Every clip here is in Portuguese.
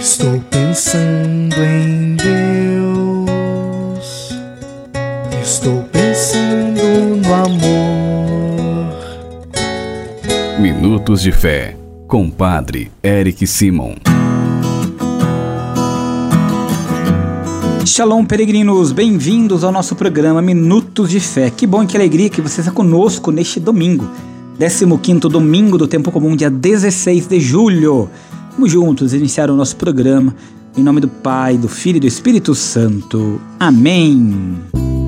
Estou pensando em Deus, estou pensando no amor. Minutos de Fé, com Padre Eric Simon. Shalom, peregrinos, bem-vindos ao nosso programa Minutos de Fé. Que bom e que alegria que você está conosco neste domingo, 15º domingo do Tempo Comum, dia 16 de julho. Vamos juntos iniciar o nosso programa, em nome do Pai, do Filho e do Espírito Santo. Amém.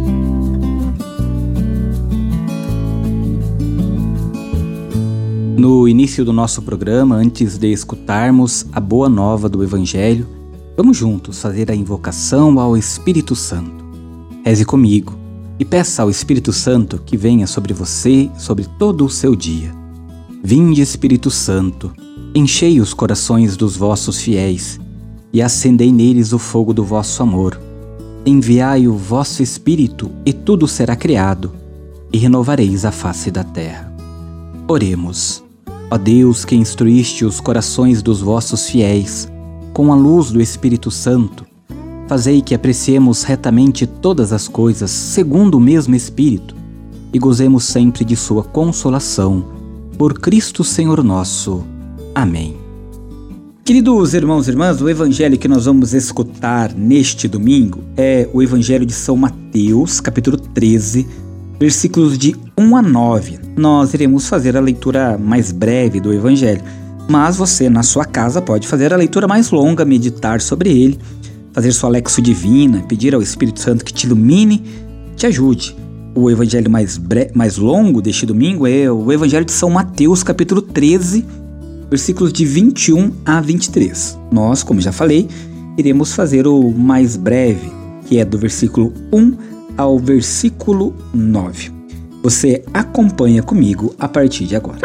No início do nosso programa, antes de escutarmos a boa nova do Evangelho, vamos juntos fazer a invocação ao Espírito Santo. Reze comigo e peça ao Espírito Santo que venha sobre você, sobre todo o seu dia. Vinde, Espírito Santo, enchei os corações dos vossos fiéis e acendei neles o fogo do vosso amor. Enviai o vosso Espírito e tudo será criado, e renovareis a face da terra. Oremos. Ó Deus, que instruíste os corações dos vossos fiéis com a luz do Espírito Santo, fazei que apreciemos retamente todas as coisas segundo o mesmo Espírito e gozemos sempre de sua consolação. Por Cristo Senhor nosso. Amém. Queridos irmãos e irmãs, o evangelho que nós vamos escutar neste domingo é o Evangelho de São Mateus, capítulo 13, versículos de 1 a 9. Nós iremos fazer a leitura mais breve do evangelho, mas você na sua casa pode fazer a leitura mais longa, meditar sobre ele, fazer sua lexo divina, pedir ao Espírito Santo que te ilumine, te ajude. O evangelho mais longo deste domingo é o Evangelho de São Mateus, capítulo 13, versículos de 21 a 23. Nós, como já falei, iremos fazer o mais breve, que é do versículo 1 ao versículo 9. Você acompanha comigo a partir de agora.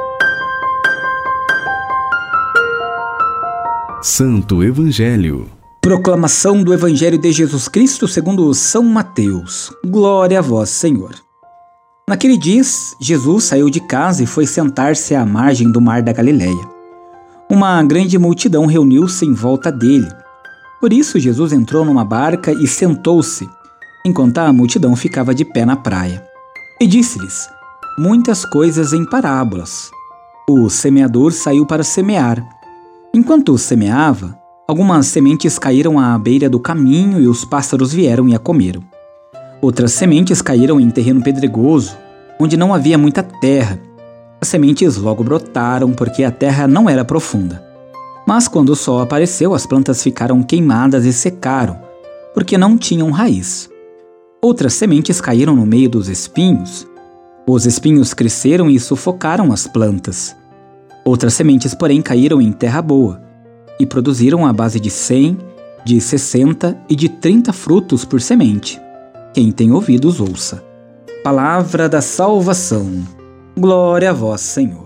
Santo Evangelho. Proclamação do Evangelho de Jesus Cristo segundo São Mateus. Glória a vós, Senhor. Naquele dia, Jesus saiu de casa e foi sentar-se à margem do mar da Galileia. Uma grande multidão reuniu-se em volta dele. Por isso, Jesus entrou numa barca e sentou-se, enquanto a multidão ficava de pé na praia. E disse-lhes muitas coisas em parábolas. O semeador saiu para semear. Enquanto semeava, algumas sementes caíram à beira do caminho e os pássaros vieram e a comeram. Outras sementes caíram em terreno pedregoso, onde não havia muita terra. As sementes logo brotaram, porque a terra não era profunda. Mas quando o sol apareceu, as plantas ficaram queimadas e secaram, porque não tinham raiz. Outras sementes caíram no meio dos espinhos. Os espinhos cresceram e sufocaram as plantas. Outras sementes, porém, caíram em terra boa, e produziram à base de 100, de 60 e de 30 frutos por semente. Quem tem ouvidos, ouça. Palavra da salvação. Glória a vós, Senhor.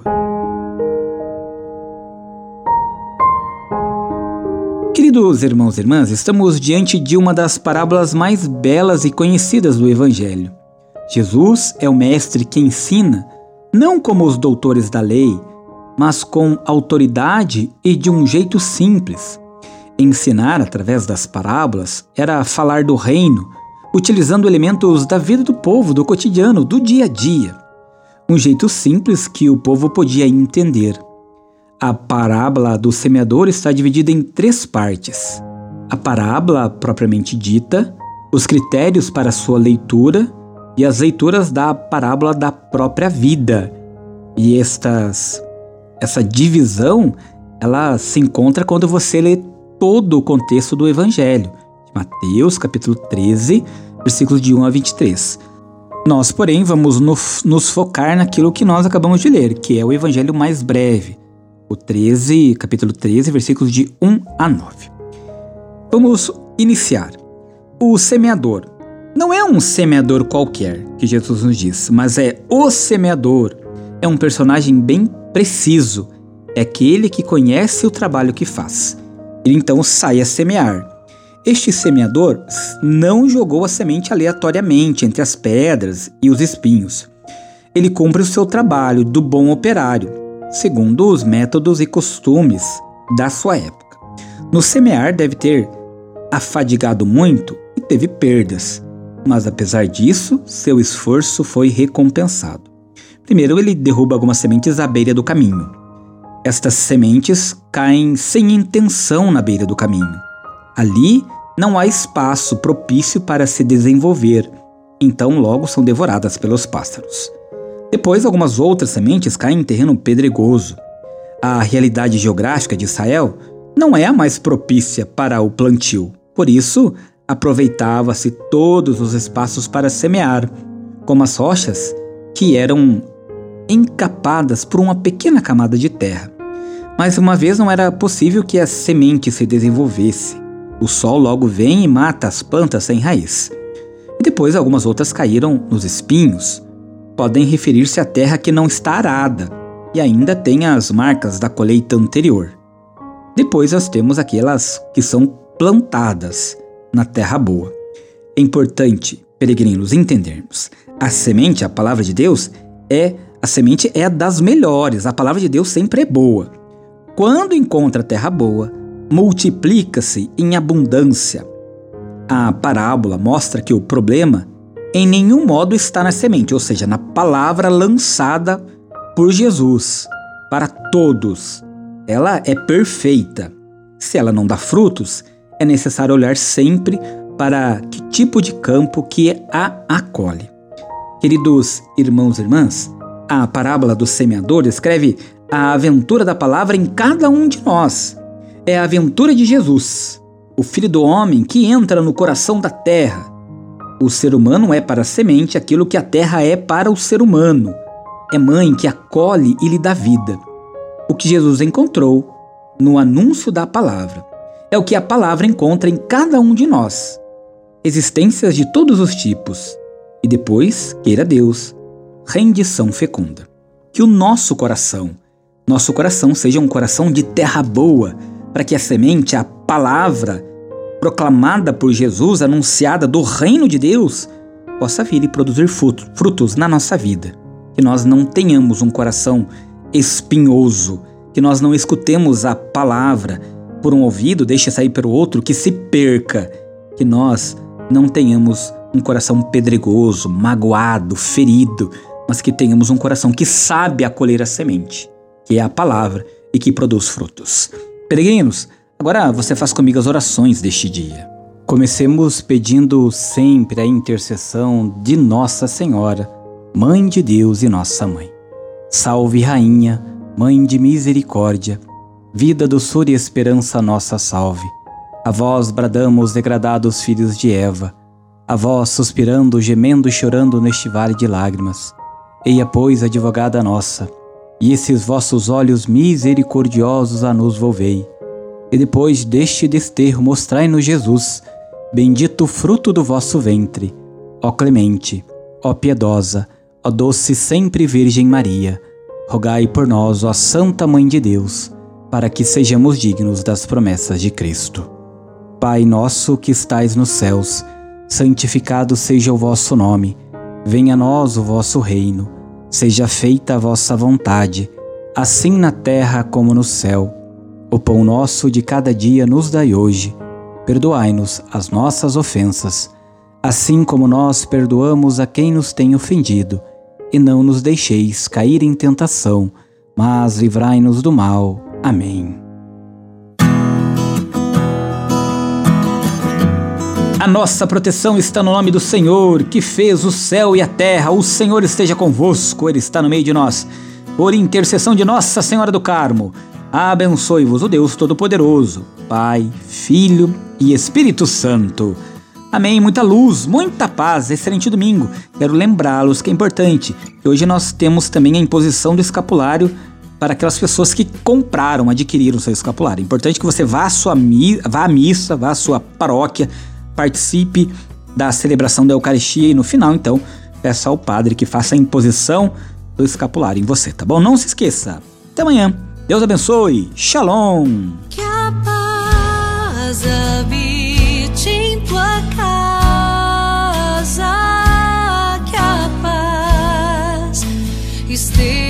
Queridos irmãos e irmãs, estamos diante de uma das parábolas mais belas e conhecidas do Evangelho. Jesus é o mestre que ensina, não como os doutores da lei, mas com autoridade e de um jeito simples. Ensinar através das parábolas era falar do reino, utilizando elementos da vida do povo, do cotidiano, do dia a dia. Um jeito simples que o povo podia entender. A parábola do semeador está dividida em 3 partes. A parábola propriamente dita, os critérios para sua leitura e as leituras da parábola da própria vida. E essa divisão, ela se encontra quando você lê todo o contexto do Evangelho. Mateus, capítulo 13, versículos de 1 a 23. Nós, porém, vamos nos focar naquilo que nós acabamos de ler, que é o Evangelho mais breve, o capítulo 13, versículos de 1 a 9. Vamos iniciar. O semeador. Não é um semeador qualquer, que Jesus nos diz, mas é o semeador. É um personagem bem preciso. É aquele que conhece o trabalho que faz. Ele então sai a semear. Este semeador não jogou a semente aleatoriamente entre as pedras e os espinhos. Ele cumpre o seu trabalho do bom operário, segundo os métodos e costumes da sua época. No semear deve ter afadigado muito e teve perdas, mas apesar disso, seu esforço foi recompensado. Primeiro, ele derruba algumas sementes à beira do caminho. Estas sementes caem sem intenção na beira do caminho. Ali não há espaço propício para se desenvolver, então logo são devoradas pelos pássaros. Depois, algumas outras sementes caem em terreno pedregoso. A realidade geográfica de Israel não é a mais propícia para o plantio. Por isso, aproveitava-se todos os espaços para semear, como as rochas que eram encapadas por uma pequena camada de terra. Mais uma vez, não era possível que a semente se desenvolvesse. O sol logo vem e mata as plantas sem raiz. E depois algumas outras caíram nos espinhos. Podem referir-se à terra que não está arada e ainda tem as marcas da colheita anterior. Depois nós temos aquelas que são plantadas na terra boa. É importante, peregrinos, entendermos. A semente, a palavra de Deus, a semente é das melhores. A palavra de Deus sempre é boa. Quando encontra terra boa, multiplica-se em abundância. A parábola mostra que o problema em nenhum modo está na semente, ou seja, na palavra lançada por Jesus para todos. Ela é perfeita. Se ela não dá frutos, é necessário olhar sempre para que tipo de campo que a acolhe. Queridos irmãos e irmãs, a parábola do semeador descreve a aventura da palavra em cada um de nós. É a aventura de Jesus, o Filho do Homem que entra no coração da terra. O ser humano é para a semente aquilo que a terra é para o ser humano. É mãe que acolhe e lhe dá vida. O que Jesus encontrou no anúncio da palavra é o que a palavra encontra em cada um de nós. Existências de todos os tipos. E depois, queira Deus, rendição fecunda. Que o nosso coração seja um coração de terra boa, para que a semente, a palavra proclamada por Jesus, anunciada do reino de Deus, possa vir e produzir frutos na nossa vida. Que nós não tenhamos um coração espinhoso, que nós não escutemos a palavra por um ouvido, deixe sair pelo outro, que se perca, que nós não tenhamos um coração pedregoso, magoado, ferido, mas que tenhamos um coração que sabe acolher a semente, que é a palavra e que produz frutos. Peregrinos, agora você faz comigo as orações deste dia. Comecemos pedindo sempre a intercessão de Nossa Senhora, Mãe de Deus e Nossa Mãe. Salve, Rainha, Mãe de misericórdia, vida, doçura e esperança nossa salve. A vós bradamos, degradados filhos de Eva, a vós suspirando, gemendo e chorando neste vale de lágrimas. Eia, pois, advogada nossa, e esses vossos olhos misericordiosos a nos volvei. E depois deste desterro mostrai-nos Jesus, bendito o fruto do vosso ventre. Ó clemente, ó piedosa, ó doce sempre Virgem Maria, rogai por nós, ó Santa Mãe de Deus, para que sejamos dignos das promessas de Cristo. Pai nosso que estais nos céus, santificado seja o vosso nome. Venha a nós o vosso reino. Seja feita a vossa vontade, assim na terra como no céu. O pão nosso de cada dia nos dai hoje. Perdoai-nos as nossas ofensas, assim como nós perdoamos a quem nos tem ofendido. E não nos deixeis cair em tentação, mas livrai-nos do mal. Amém. A nossa proteção está no nome do Senhor, que fez o céu e a terra. O Senhor esteja convosco, Ele está no meio de nós. Por intercessão de Nossa Senhora do Carmo, abençoe-vos o Deus Todo-Poderoso, Pai, Filho e Espírito Santo. Amém. Muita luz, muita paz, excelente domingo. Quero lembrá-los que é importante que hoje nós temos também a imposição do escapulário para aquelas pessoas que adquiriram o seu escapulário. É importante que você vá à missa, vá à sua paróquia, participe da celebração da Eucaristia e no final, então, peça ao padre que faça a imposição do escapulário em você, tá bom? Não se esqueça. Até amanhã. Deus abençoe. Shalom. Que a paz habite em tua casa, que a paz esteja